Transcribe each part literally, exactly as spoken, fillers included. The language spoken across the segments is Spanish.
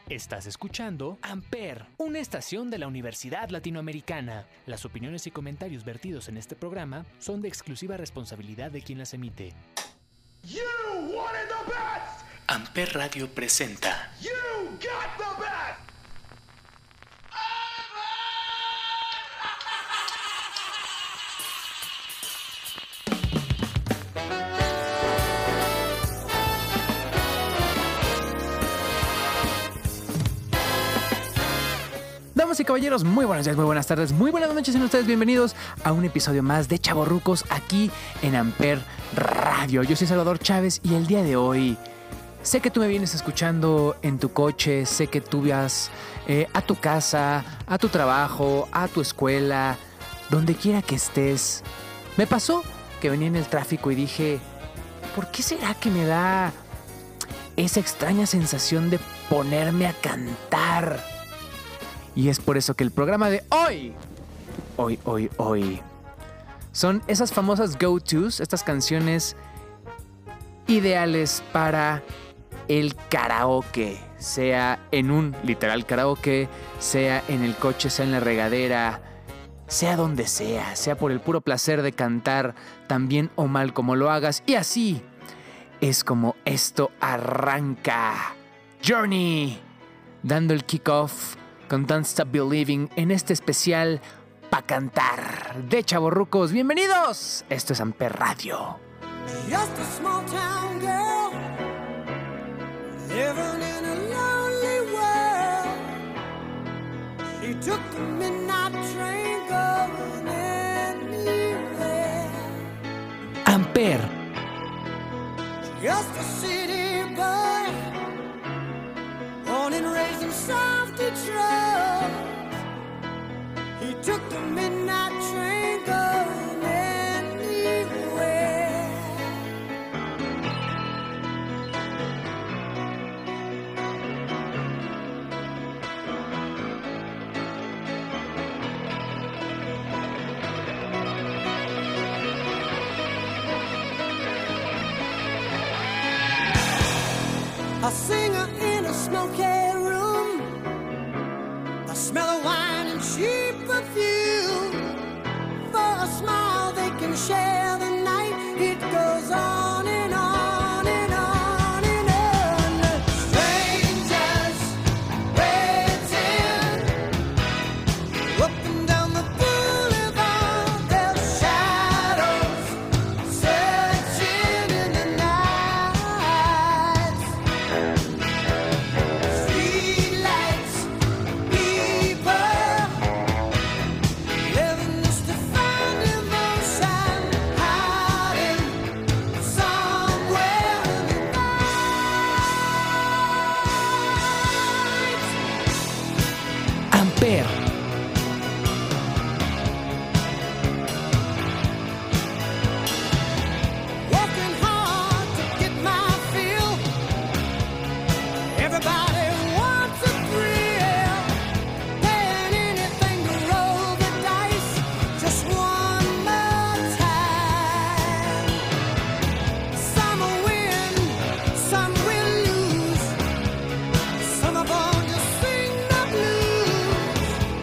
Estás escuchando Amper, una estación de la Universidad Latinoamericana. Las opiniones y comentarios vertidos en este programa son de exclusiva responsabilidad de quien las emite. You wanted the best. Amper Radio presenta You got the best. Damas y caballeros, muy buenos días, muy buenas tardes, muy buenas noches, sean ustedes bienvenidos a un episodio más de Chavorrucos aquí en Amper Radio. Yo soy Salvador Chávez y el día de hoy sé que tú me vienes escuchando en tu coche, sé que tú vas eh, a tu casa, a tu trabajo, a tu escuela, donde quiera que estés. Me pasó que venía en el tráfico y dije, ¿por qué será que me da esa extraña sensación de ponerme a cantar? Y es por eso que el programa de hoy, hoy, hoy, hoy, son esas famosas go-tos, estas canciones ideales para el karaoke, sea en un literal karaoke, sea en el coche, sea en la regadera, sea donde sea, sea por el puro placer de cantar tan bien o mal como lo hagas. Y así es como esto arranca. Journey, dando el kickoff con Don't Stop Believing en este especial Pa' Cantar de Chavorrucos. ¡Bienvenidos! Esto es Amper Radio. Just a small town girl living in a lonely world. She took the midnight train going anywhere. Amper. Just a city boy, born and raised in South Detroit. He took the midnight train going anywhere. A singer in a smoky room, the smell of wine and cheap perfume. For a smile they can share the night. It goes on and on and on and on. Strangers waiting up and down the boulevard. Their shadows searching in the night. Streetlights, people living just to find emotion, hiding somewhere in the night. Amper. Working hard to get my fill. Everybody wants a thrill. Paying anything to roll the dice. Just one more time. Some will win, some will lose. Some of them just sing the blues.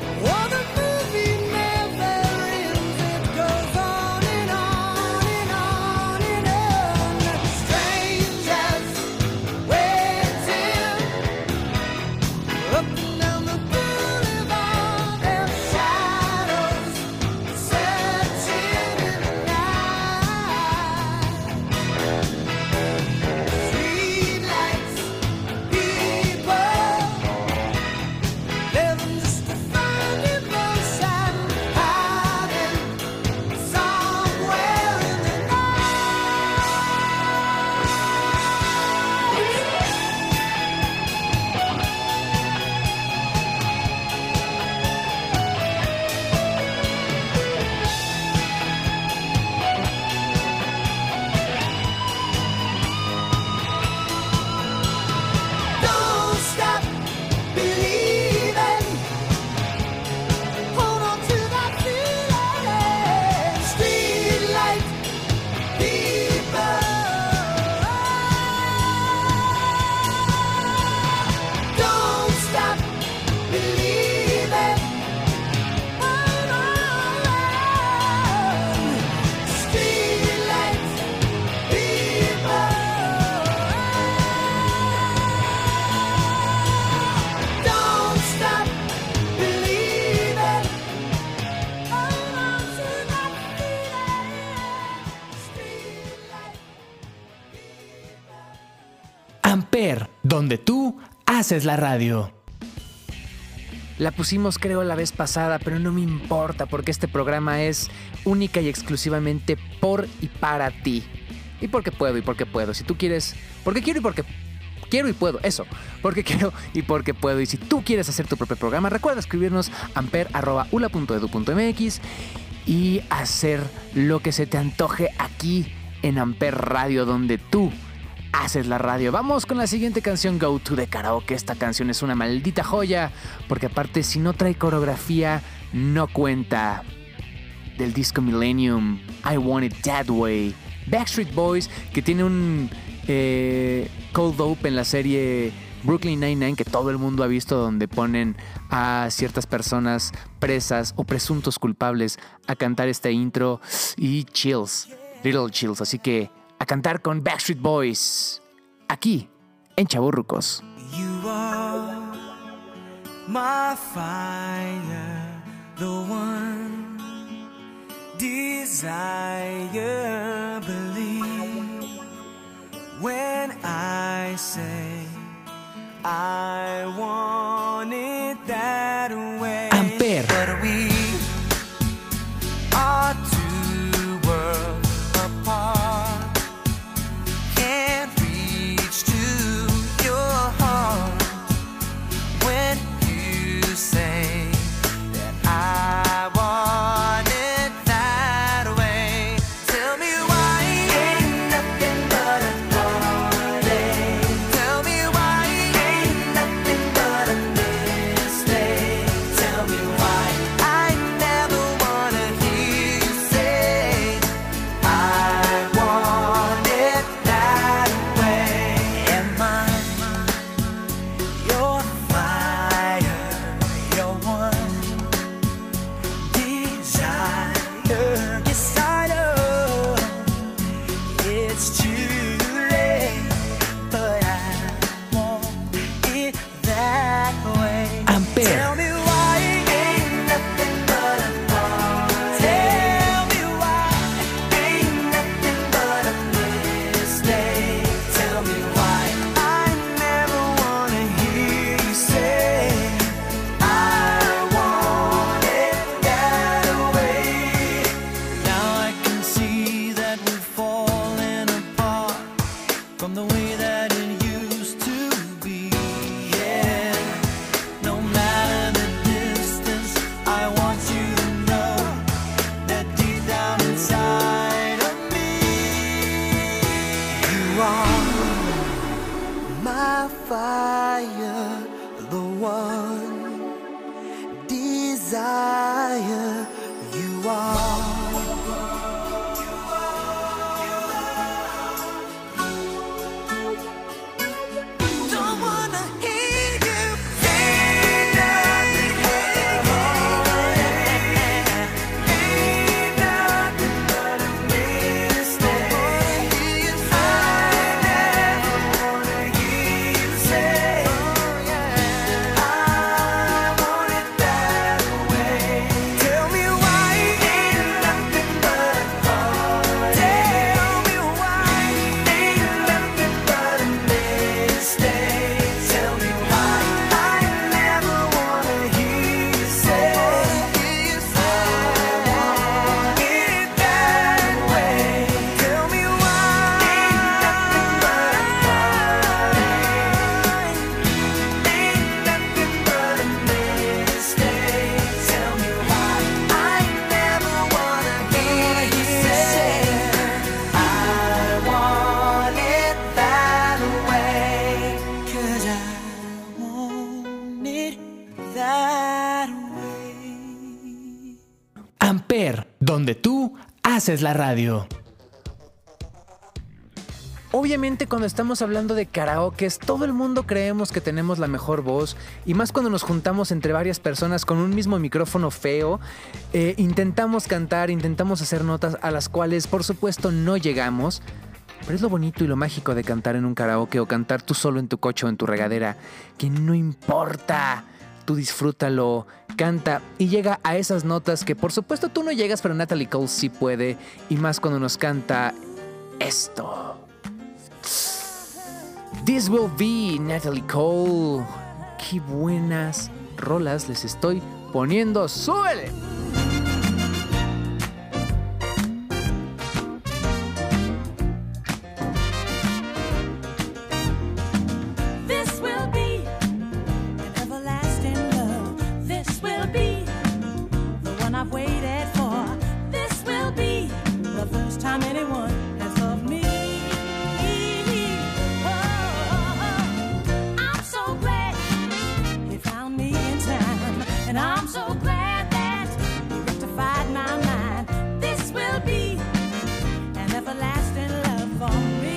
donde tú haces la radio. La pusimos creo la vez pasada, pero no me importa porque este programa es única y exclusivamente por y para ti. Y porque puedo y porque puedo. Si tú quieres, porque quiero y porque quiero y puedo. Eso, porque quiero y porque puedo. Y si tú quieres hacer tu propio programa, recuerda escribirnos amper arroba u l a punto edu punto m x y hacer lo que se te antoje aquí en Amper Radio, donde tú haces la radio. Vamos con la siguiente canción, Go To de Karaoke. Esta canción es una maldita joya, porque aparte si no trae coreografía, no cuenta. Del disco Millennium, I Want It That Way. Backstreet Boys, que tiene un eh, cold open en la serie Brooklyn Nine-Nine, que todo el mundo ha visto, donde ponen a ciertas personas presas o presuntos culpables a cantar este intro y chills, little chills. Así que a cantar con Backstreet Boys, aquí en Chavorrucos. You are my fire, the one desire, believe when I say I want it that way. Amper. But we are two worlds apart. Can't reach to your heart when you say that I want it that way. Tell me why ain't nothing but a heartache. Tell me why ain't nothing but a mistake. Tell me why I never wanna hear you say I want it that way. Am I your fire, your one desire? Yes, I know it's too late, but I want it that way. Amper. Tell me why ain't nothing but a heartache. Tell me why ain't nothing but a mistake. Tell me why I never wanna hear you say I want it that way. Now I can see that we're falling apart from the way that it used to be. Yeah, no matter the distance, I want you to know that deep down inside of me, you are my fire, the one desire. You are. Don't wanna hear you say nothing, ain't nothing but a mistake. I never wanna hear you say I want it that way. Tell me why ain't nothing but a heartache. Tell me why ain't nothing but a mistake. Tell me why I never wanna hear you say I want it that way. Tell me why ain't nothing but a heartache. Ain't nothing but a mistake. Tell me why I never wanna hear you say I want it that way. 'Cause I want it that way. Amper, donde tú haces la radio. Obviamente cuando estamos hablando de karaoke, todo el mundo creemos que tenemos la mejor voz, y más cuando nos juntamos entre varias personas con un mismo micrófono feo. Eh, intentamos cantar, intentamos hacer notas a las cuales por supuesto no llegamos. Pero es lo bonito y lo mágico de cantar en un karaoke o cantar tú solo en tu coche o en tu regadera, que no importa. Tú disfrútalo, canta y llega a esas notas que por supuesto tú no llegas, pero Natalie Cole sí puede, y más cuando nos canta esto. This Will Be, Natalie Cole. Qué buenas rolas les estoy poniendo. ¡Súbele! This will be an everlasting love. This will be the one I've waited for. This will be the first time anyone has loved me. Oh, I'm so glad you found me in time, and I'm so glad that you rectified my mind. This will be an everlasting love for me.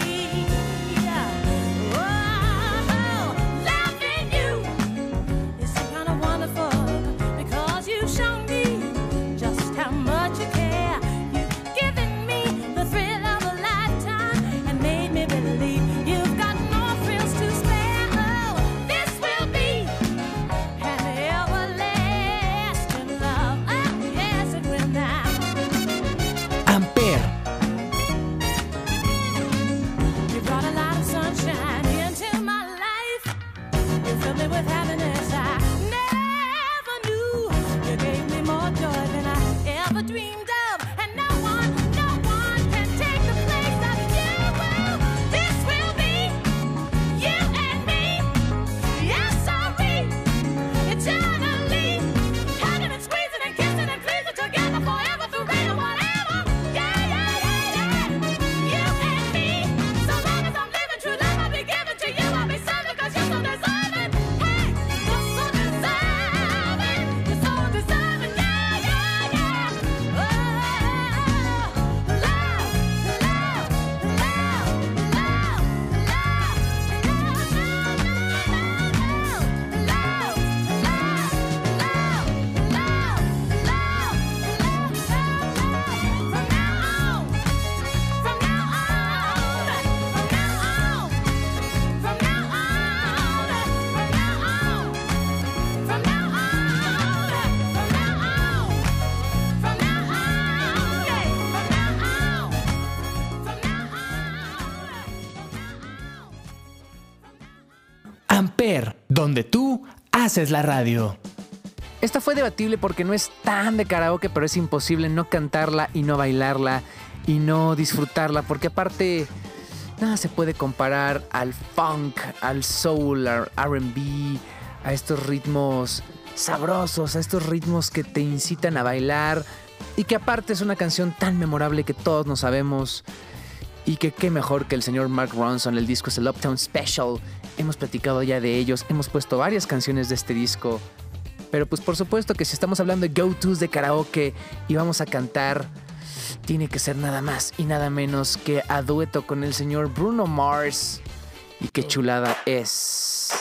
Oh, loving you is so kind of wonderful because you've shown me just how much you care. You've given me the thrill of a lifetime and made me believe you've got no thrills to spare. Oh, this will be an everlasting love. Oh, yes, it will now. Amper, You brought a lot of sunshine into my life. You filled me with happiness I never knew. You gave me more joy than I ever dreamed of. And no one, no one can take the place of you. This will be you and me. Yes, sorry, eternally. Hugging and squeezing and kissing and pleasing together forever, forever, whatever. Yeah, yeah, yeah, yeah. You and me. So long as I'm living true love, I'll be giving to you. I'll be serving 'cause you're so deserving. Hey, you're so deserving. You're so deserving. Yeah, yeah, yeah. Oh, love, love, love, love, love, Amper, donde tú haces la radio. Esta fue debatible porque no es tan de karaoke, pero es imposible no cantarla y no bailarla y no disfrutarla, porque aparte nada se puede comparar al funk, al soul, al R and B, a estos ritmos sabrosos, a estos ritmos que te incitan a bailar y que aparte es una canción tan memorable que todos nos sabemos. Y que qué mejor que el señor Mark Ronson. El disco es el Uptown Special. Hemos platicado ya de ellos. Hemos puesto varias canciones de este disco. Pero pues por supuesto que si estamos hablando de go-tos de karaoke y vamos a cantar, tiene que ser nada más y nada menos que a dueto con el señor Bruno Mars. Y qué chulada es.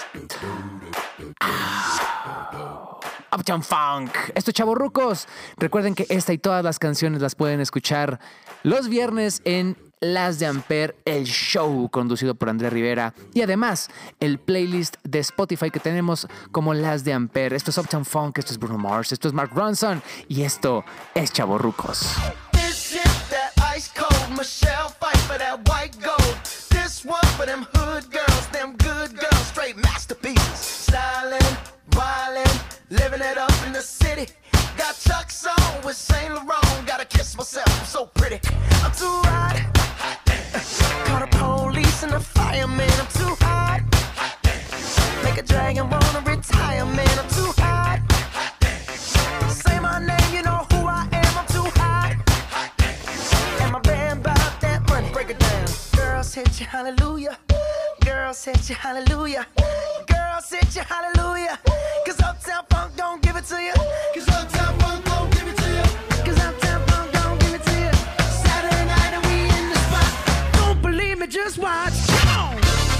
Ah. Uptown Funk. Esto, chavorrucos. Recuerden que esta y todas las canciones las pueden escuchar los viernes en Las de Amper, el show conducido por André Rivera. Y además, el playlist de Spotify que tenemos como Las de Amper. Esto es Uptown Funk, esto es Bruno Mars, esto es Mark Ronson y esto es Chavorrucos. This shit, that ice cold Michelle fight for that white gold. This one for them hood girls, them good girls, straight masterpieces. Styling, wildin', living it up in the city. Got Chuck's on with Saint Laurent. Gotta kiss myself, I'm so pretty. I'm too hot. Call the police and the fireman. I'm too hot. Make a dragon wanna retire, man. I'm too hot. Say my name, you know who I am. I'm too hot. And my band bought that money. Break it down. Girls hit you, hallelujah. Girls hit you, hallelujah. Girls hit you, hallelujah. Cause Uptown Funk don't give it to you. Cause Uptown Funk don't give it to you. Cause Uptown Funk don't give it to you. Saturday night and we in the spot. Don't believe me, just watch. Come on.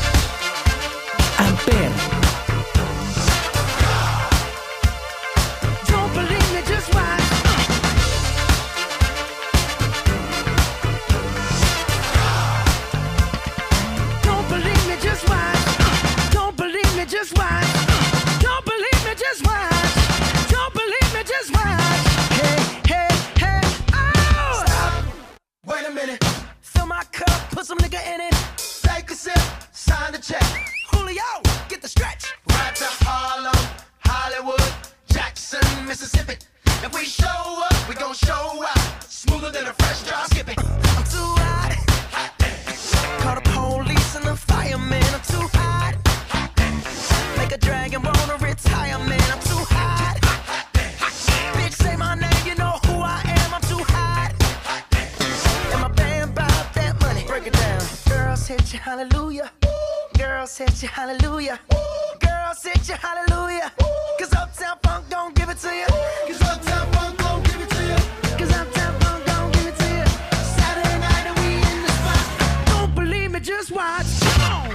Amper, Don't believe me, just watch. Don't believe me, just watch. Don't believe me, just watch. Don't believe me, just watch. Don't believe me, just watch. Hey, hey, hey, oh! Stop. Wait a minute. Fill my cup, put some nigga in it. Take a sip, sign the the check. Julio, get the stretch. Right to Harlem, Hollywood, Jackson, Mississippi. If we show up, we gon' show out. Smoother than a fresh drop skipping. I'm too hot. Call the police and the fireman. I'm too hot. Make a dragon wanna retire, man. I'm too hot. Bitch, say my name, you know who I am. I'm too hot. And my band bought that money. Break it down. Girls hit you, hallelujah. Girls hit you, hallelujah. Girls hit you, hallelujah. Cause Uptown Funk don't give it to you. Cause Uptown Funk gon' give it to you. Cause Uptown Funk don't give it to you. Saturday night and we in the spot. Don't believe me, just watch. Come on.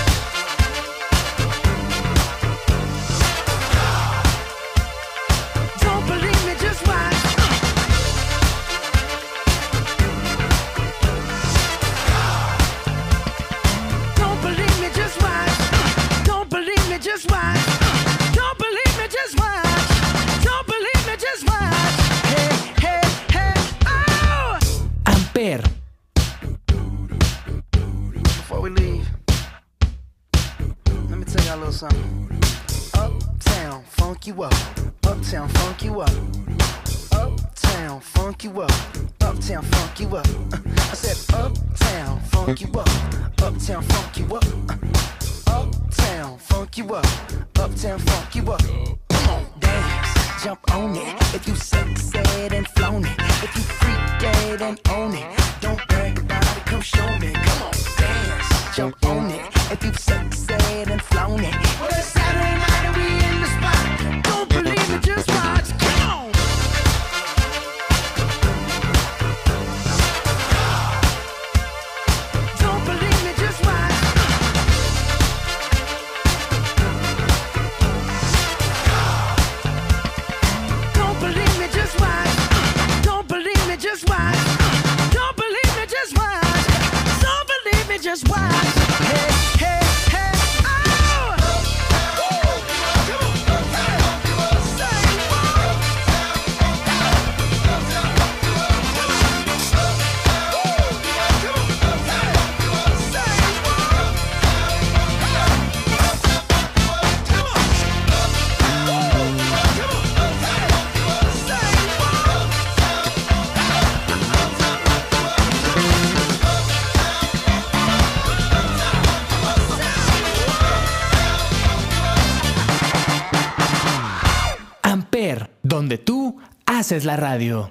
Don't believe me, just watch. Don't believe me, just watch. Don't believe me, just watch. Don't believe me, just watch. Don't believe me, just watch. Hey, hey, hey, oh! Amper. Before we leave, let me tell y'all a little something. Uptown, funk you up. Uptown, funk you up. Uptown, funk you up. Uptown, funk you up. Uh, I said uptown, funk you up. Uptown, funk you up. Uh, uptown, funk you up. Uptown, funk you up. Come on, dance, jump on it. If you sexed and flown it. If you freak dead and own it. Don't brag about it, come show me. Come on, dance, jump on it. If you sexed and flown it. Well, it's Saturday night and we in the spot. Don't believe it, just watch. Come on. Don't believe me, just watch. Don't believe me, just watch. Don't believe me, just watch. Don't believe me, just watch. Don't believe me, just watch. Hey, hey, hey, oh! Amper, donde tú haces la radio.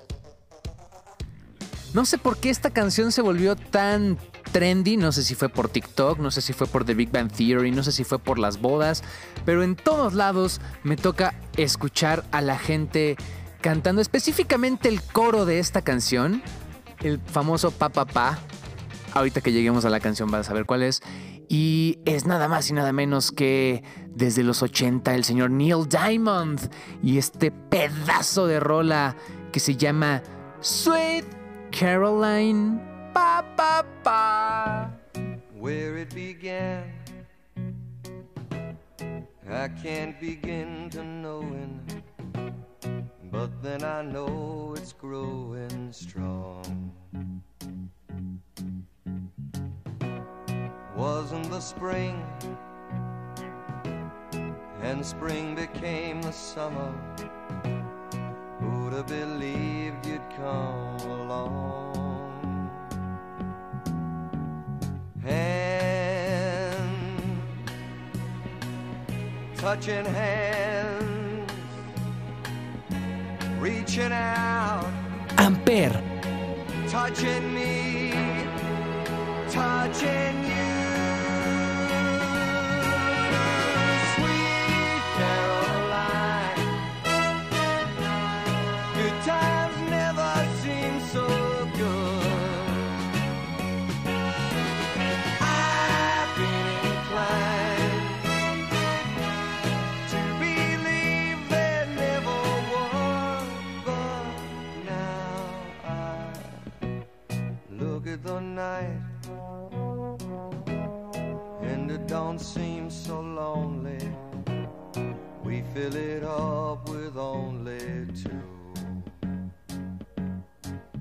No sé por qué esta canción se volvió tan trendy, no sé si fue por TikTok, no sé si fue por The Big Bang Theory, no sé si fue por las bodas, pero en todos lados me toca escuchar a la gente cantando específicamente el coro de esta canción, el famoso pa pa pa. Ahorita que lleguemos a la canción vas a saber cuál es. Y es nada más y nada menos que desde los ochenta el señor Neil Diamond y este pedazo de rola que se llama Sweet Caroline, pa pa pa. Where it began, I can't begin to knowing, but then I know it's growing strong. Wasn't the spring, and spring became the summer. Who'd have believed you'd come along? Hand, touching hands, reaching out, Amper. touching me, touching you. Sweet Caroline, good times never seem so good. I've been inclined to believe there never was, but now I look at the night and it don't seem so lonely. We fill it up with only two.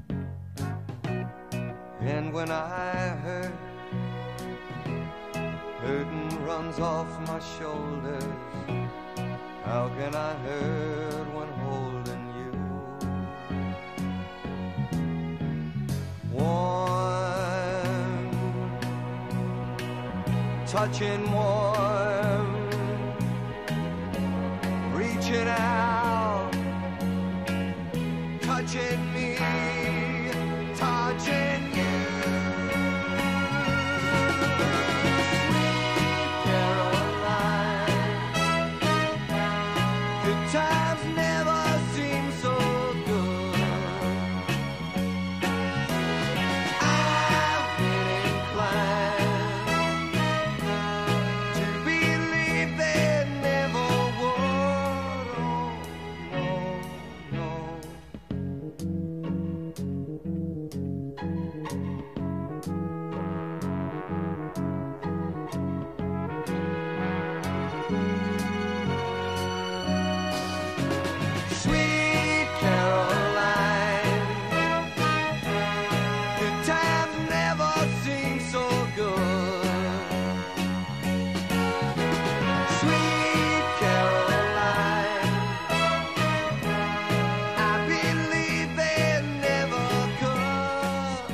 And when I hurt, runs off my shoulders. How can I hurt when holding you? Warm, touching warm, reaching out, touching me, touching you. Times never seem so good. I've been inclined to believe they never would. Oh, no, Sweet Caroline, good times never seem so good. Sweet Caroline, I believe they never could.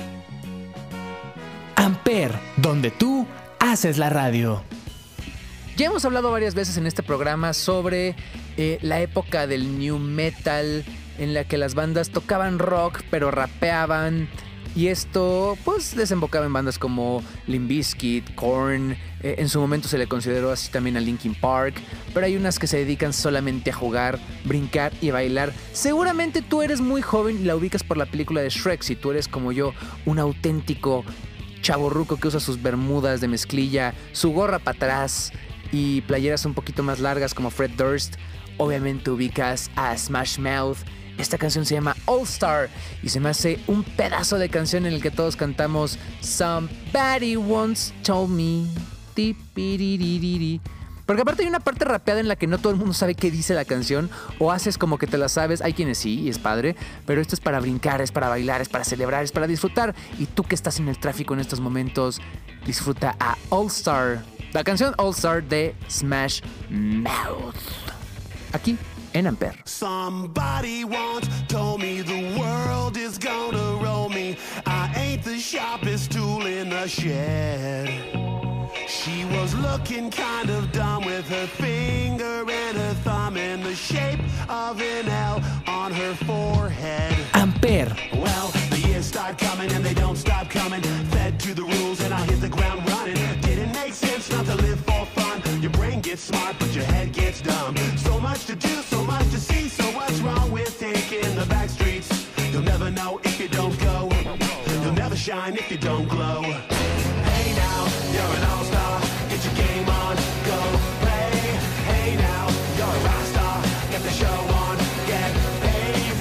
Amper, donde tú haces la radio. Ya hemos hablado varias veces en este programa sobre eh, la época del new metal en la que las bandas tocaban rock pero rapeaban, y esto pues desembocaba en bandas como Limp Bizkit, Korn, eh, en su momento se le consideró así también a Linkin Park, pero hay unas que se dedican solamente a jugar, brincar y bailar. Seguramente tú eres muy joven y la ubicas por la película de Shrek. Si tú eres como yo, un auténtico chavorruco que usa sus bermudas de mezclilla, su gorra para atrás y playeras un poquito más largas como Fred Durst, obviamente ubicas a Smash Mouth. Esta canción se llama All Star y se me hace un pedazo de canción en el que todos cantamos Somebody Once Told Me. Tipiririri. Porque aparte hay una parte rapeada en la que no todo el mundo sabe qué dice la canción, o haces como que te la sabes. Hay quienes sí, y es padre, pero esto es para brincar, es para bailar, es para celebrar, es para disfrutar. Y tú que estás en el tráfico en estos momentos, disfruta a All Star, la canción All Star de Smash Mouth, aquí en Amper. Somebody once told me the world is gonna roll me. I ain't the sharpest tool in the shed. She was looking kind of dumb with her finger and her thumb in the shape of an L on her forehead. Amper, Well, the years start coming and they don't stop coming. Fed to the rules and I hit the ground running. Didn't make sense not to live for fun. Your brain gets smart but your head gets dumb. So much to do, so much to see. So what's wrong with taking the back streets? You'll never know if you don't go. You'll never shine if you don't glow. Hey now, you're an all-star. Get your game on, go play. Hey now, you're a rock star. Get the show on, get paid.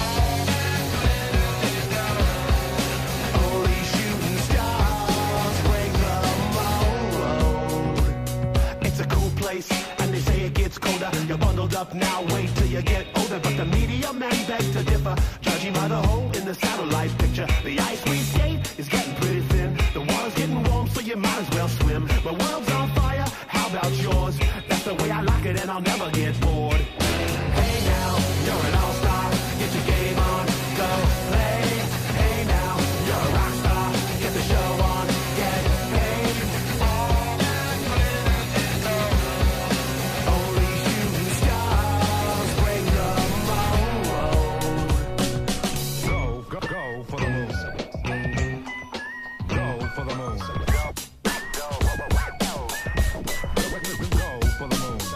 Only shooting stars break the mold. It's a cool place, and they say it gets colder. You're bundled up now, wait till you get older. But the media men beg to differ, judging by the hole in the satellite picture. The ice we skate is getting pretty thin. The water's getting warm, so you might as well swim. My world's on fire, how about yours? That's the way I like it, and I'll never get bored. Hey now, you're an all-star. Get your game on, go play. Hey now, you're a rock star. Get the show on, get paid. Only shooting stars break the mold. Go, go, go for the moon. Go for the moon. Go for the moon.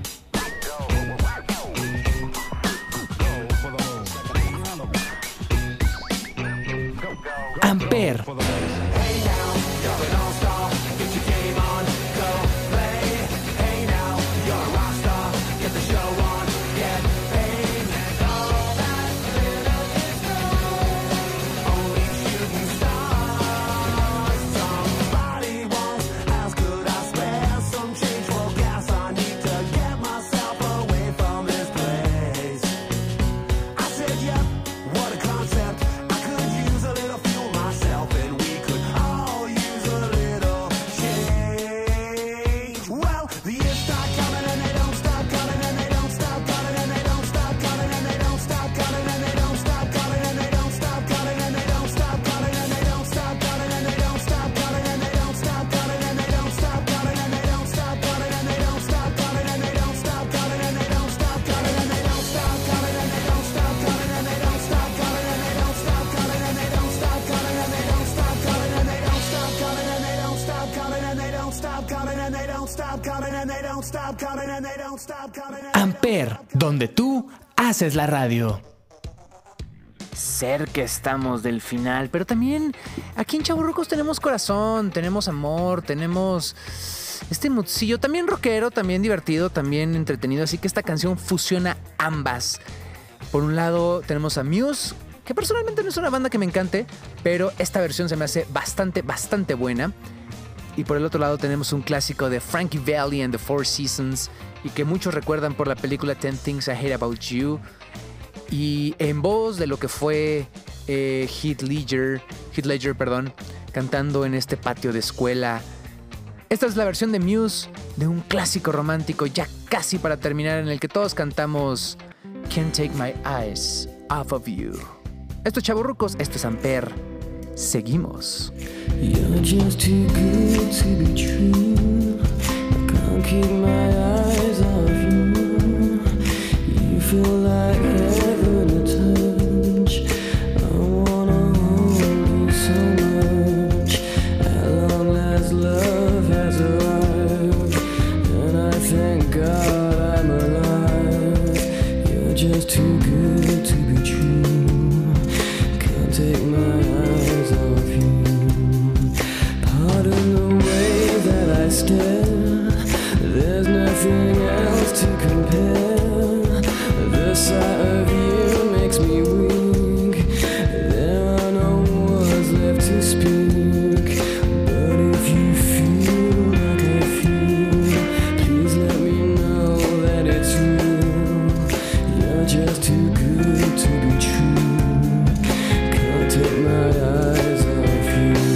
Amper, For the moon. Hey now, you're an all-star. Get your game on, go play. Hey now, you're a rock star. Get the show on, get paid. All that glitters is gold. Only shooting stars. Somebody once asked, could I spare some change for gas? I need to get myself away from this place. I said, yep, what a concept. I could use a little fuel myself, and we stop coming and they don't stop coming. Amper, donde tú haces la radio. Cerca estamos del final, pero también aquí en Chavorrucos tenemos corazón, tenemos amor, tenemos este moodcillo también rockero, también divertido, también entretenido, así que esta canción fusiona ambas. Por un lado tenemos a Muse, que personalmente no es una banda que me encante, pero esta versión se me hace bastante, bastante buena. Y por el otro lado tenemos un clásico de Frankie Valli and the Four Seasons, y que muchos recuerdan por la película Ten Things I Hate About You. Y en voz de lo que fue eh, Heath Ledger, Heath Ledger, perdón, cantando en este patio de escuela. Esta es la versión de Muse de un clásico romántico ya casi para terminar, en el que todos cantamos Can't Take My Eyes Off of You. Esto es Chavorrucos, esto es Amper. Seguimos. You're just too good to be true. I can't keep my eyes off you. You feel like heaven to touch. I wanna hold you so much. At long last, love has arrived, and I thank God I'm alive. You're just too good to be true. Can't take my eyes off you. Pardon the way that I stare. There's nothing else to compare. The sight of you makes me weak. There are no words left to speak. But if you feel like I feel, please let me know that it's real. You're just too good to be true. Can't take my eyes off you.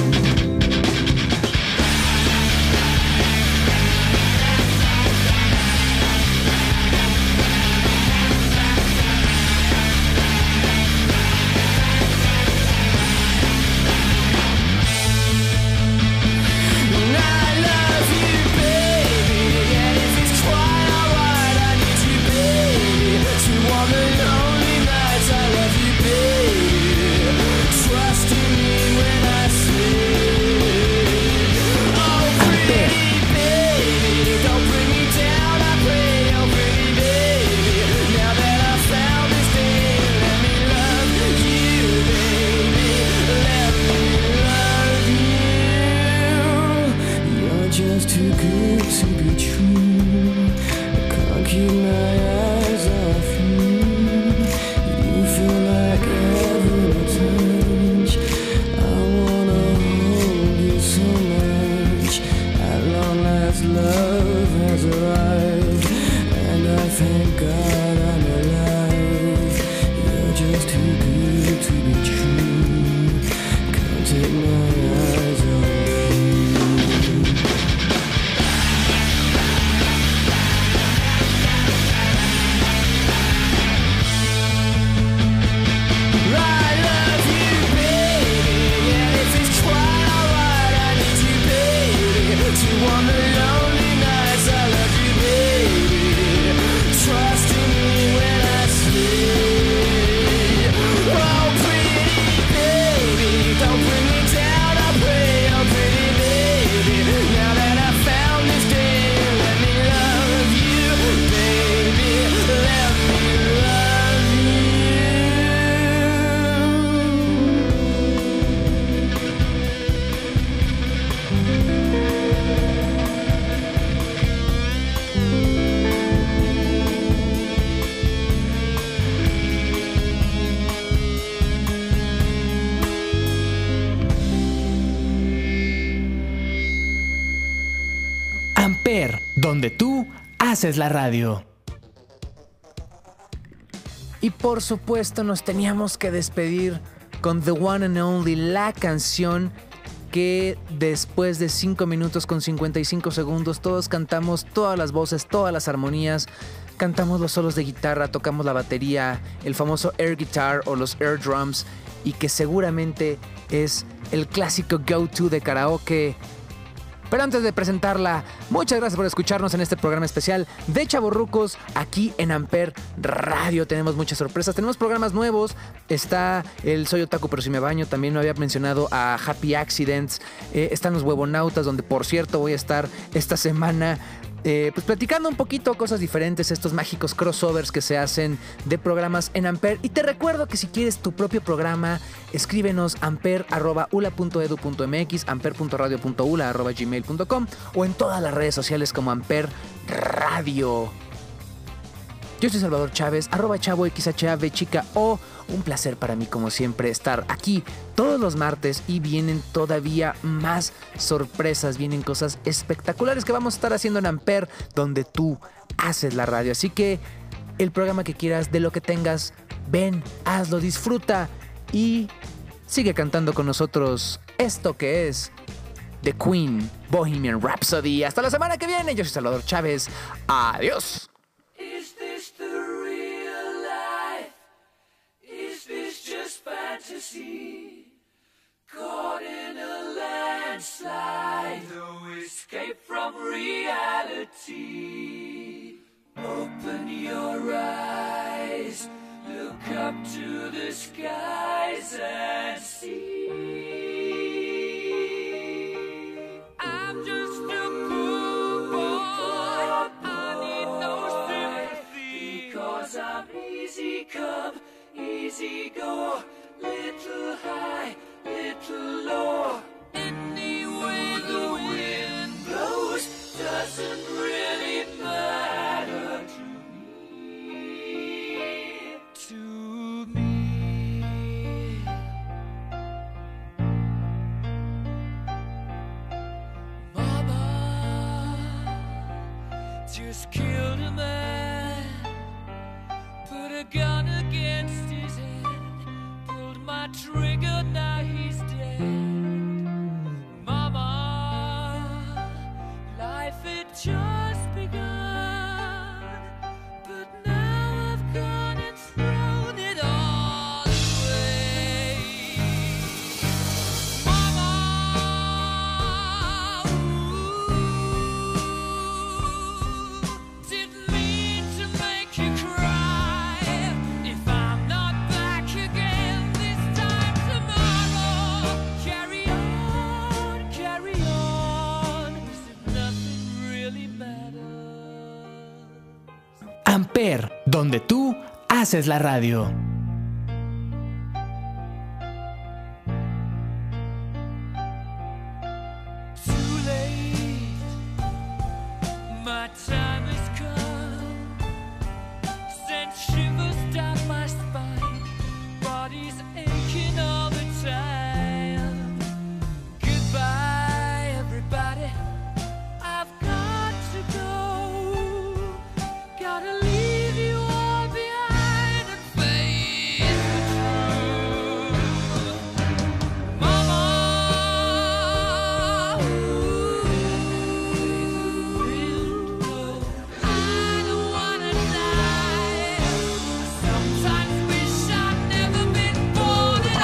Just too good to be true. I can't keep my eyes off you. You feel like heaven to touch. I wanna hold you so much. At long last, love has arrived, and I thank God I'm alive. You're just too good to be true. Can't take my eyes off you. Amper, donde tú haces la radio. Y por supuesto nos teníamos que despedir con The One and Only, la canción que después de cinco minutos con cincuenta y cinco segundos todos cantamos todas las voces, todas las armonías, cantamos los solos de guitarra, tocamos la batería, el famoso air guitar o los air drums, y que seguramente es el clásico go-to de karaoke. Pero antes de presentarla, muchas gracias por escucharnos en este programa especial de Chavorrucos aquí en Amper Radio. Tenemos muchas sorpresas, tenemos programas nuevos. Está el Soy Otaku pero si me baño, también no había mencionado a Happy Accidents. Eh, están los Huevonautas, donde por cierto voy a estar esta semana eh, pues platicando un poquito cosas diferentes, estos mágicos crossovers que se hacen de programas en Amper. Y te recuerdo que si quieres tu propio programa, escríbenos amper arroba ula punto edu punto mx, amper punto radio punto ula arroba gmail punto com o en todas las redes sociales como Amper Radio. Yo soy Salvador Chávez, arroba chavo xhav chica o. Un placer para mí, como siempre, estar aquí todos los martes y vienen todavía más sorpresas, vienen cosas espectaculares que vamos a estar haciendo en Amper, donde tú haces la radio. Así que el programa que quieras, de lo que tengas, ven, hazlo, disfruta y sigue cantando con nosotros esto que es The Queen, Bohemian Rhapsody. Hasta la semana que viene, yo soy Salvador Chávez. Adiós. Is this the real life? Is this just fantasy? Caught in a landslide, no escape from reality. Open your eyes, look up to the skies and see. I'm just a poor boy, I need no sympathy, because I'm easy come, easy go, little high, little low. Any way the wind blows doesn't really matter to me, to me. Mama just killed a man, put a gun against his head, pulled my trigger, now he's dead. Mama, life had just begun, but now I've gone and thrown it all away. Mama, ooh, didn't mean to make you cry. If I'm not back again this time tomorrow, carry on, carry on, as if nothing really matters. Amper, donde tú haces la radio. Too late, my time has come. Sent shivers down my spine, body's aching all the time. Goodbye, everybody, I've got to go. Gotta leave you all behind and face the truth. Mama, ooh, I don't wanna die. Sometimes wish I'd never been born at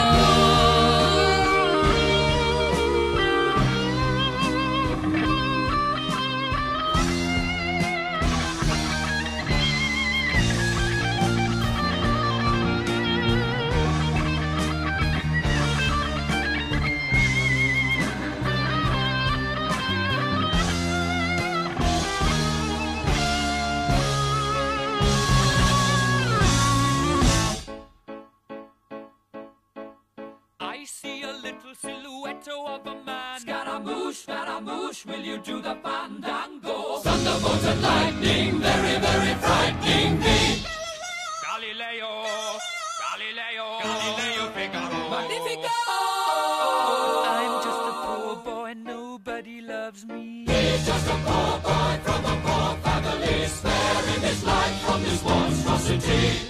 I see a little silhouette of a man. Scaramouche, Scaramouche, will you do the fandango? Thunderbolt and lightning, very, very frightening me. Galileo, Galileo, Galileo Figaro. Magnifico! I'm just a poor boy, nobody loves me. He's just a poor boy from a poor family, sparing his life from this monstrosity.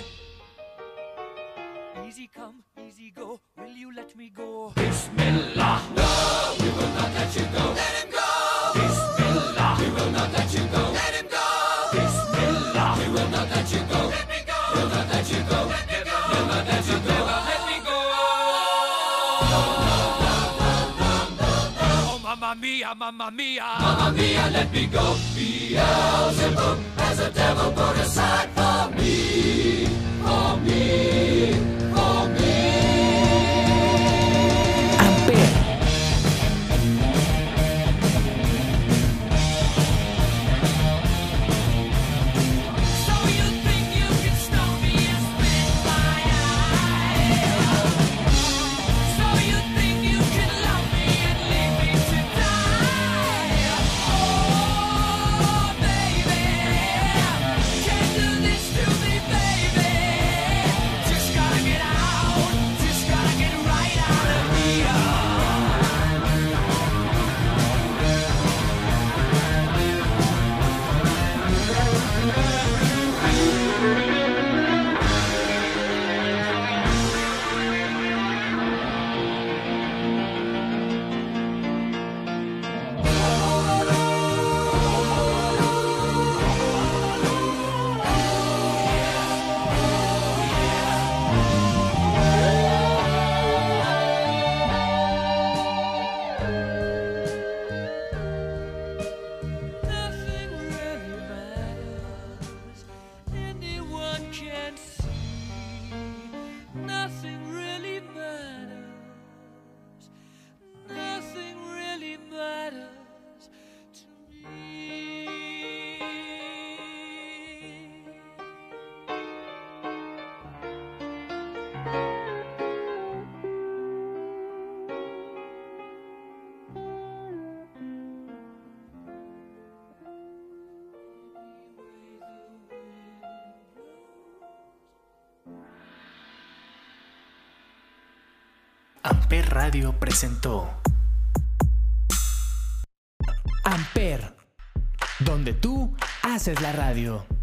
Easy come, easy go, will you let me go? Bismillah, no, we will not let you go. Let him go! Bismillah, we will not let you go. Let him go! Bismillah, we will not let you go. Let me go! We'll not let you go. Let me go! We'll not let you go. Let me go! No, no, no, no, no, no, no. Oh, mamma mia, mamma mia. Mamma mia, let me go. Beelzebub has a devil put aside for me. For me. For me. Amper. Nothing really matters. Anyone can see. Nothing really matters. Nothing really matters to me. Amper Radio presentó Amper, donde tú haces la radio.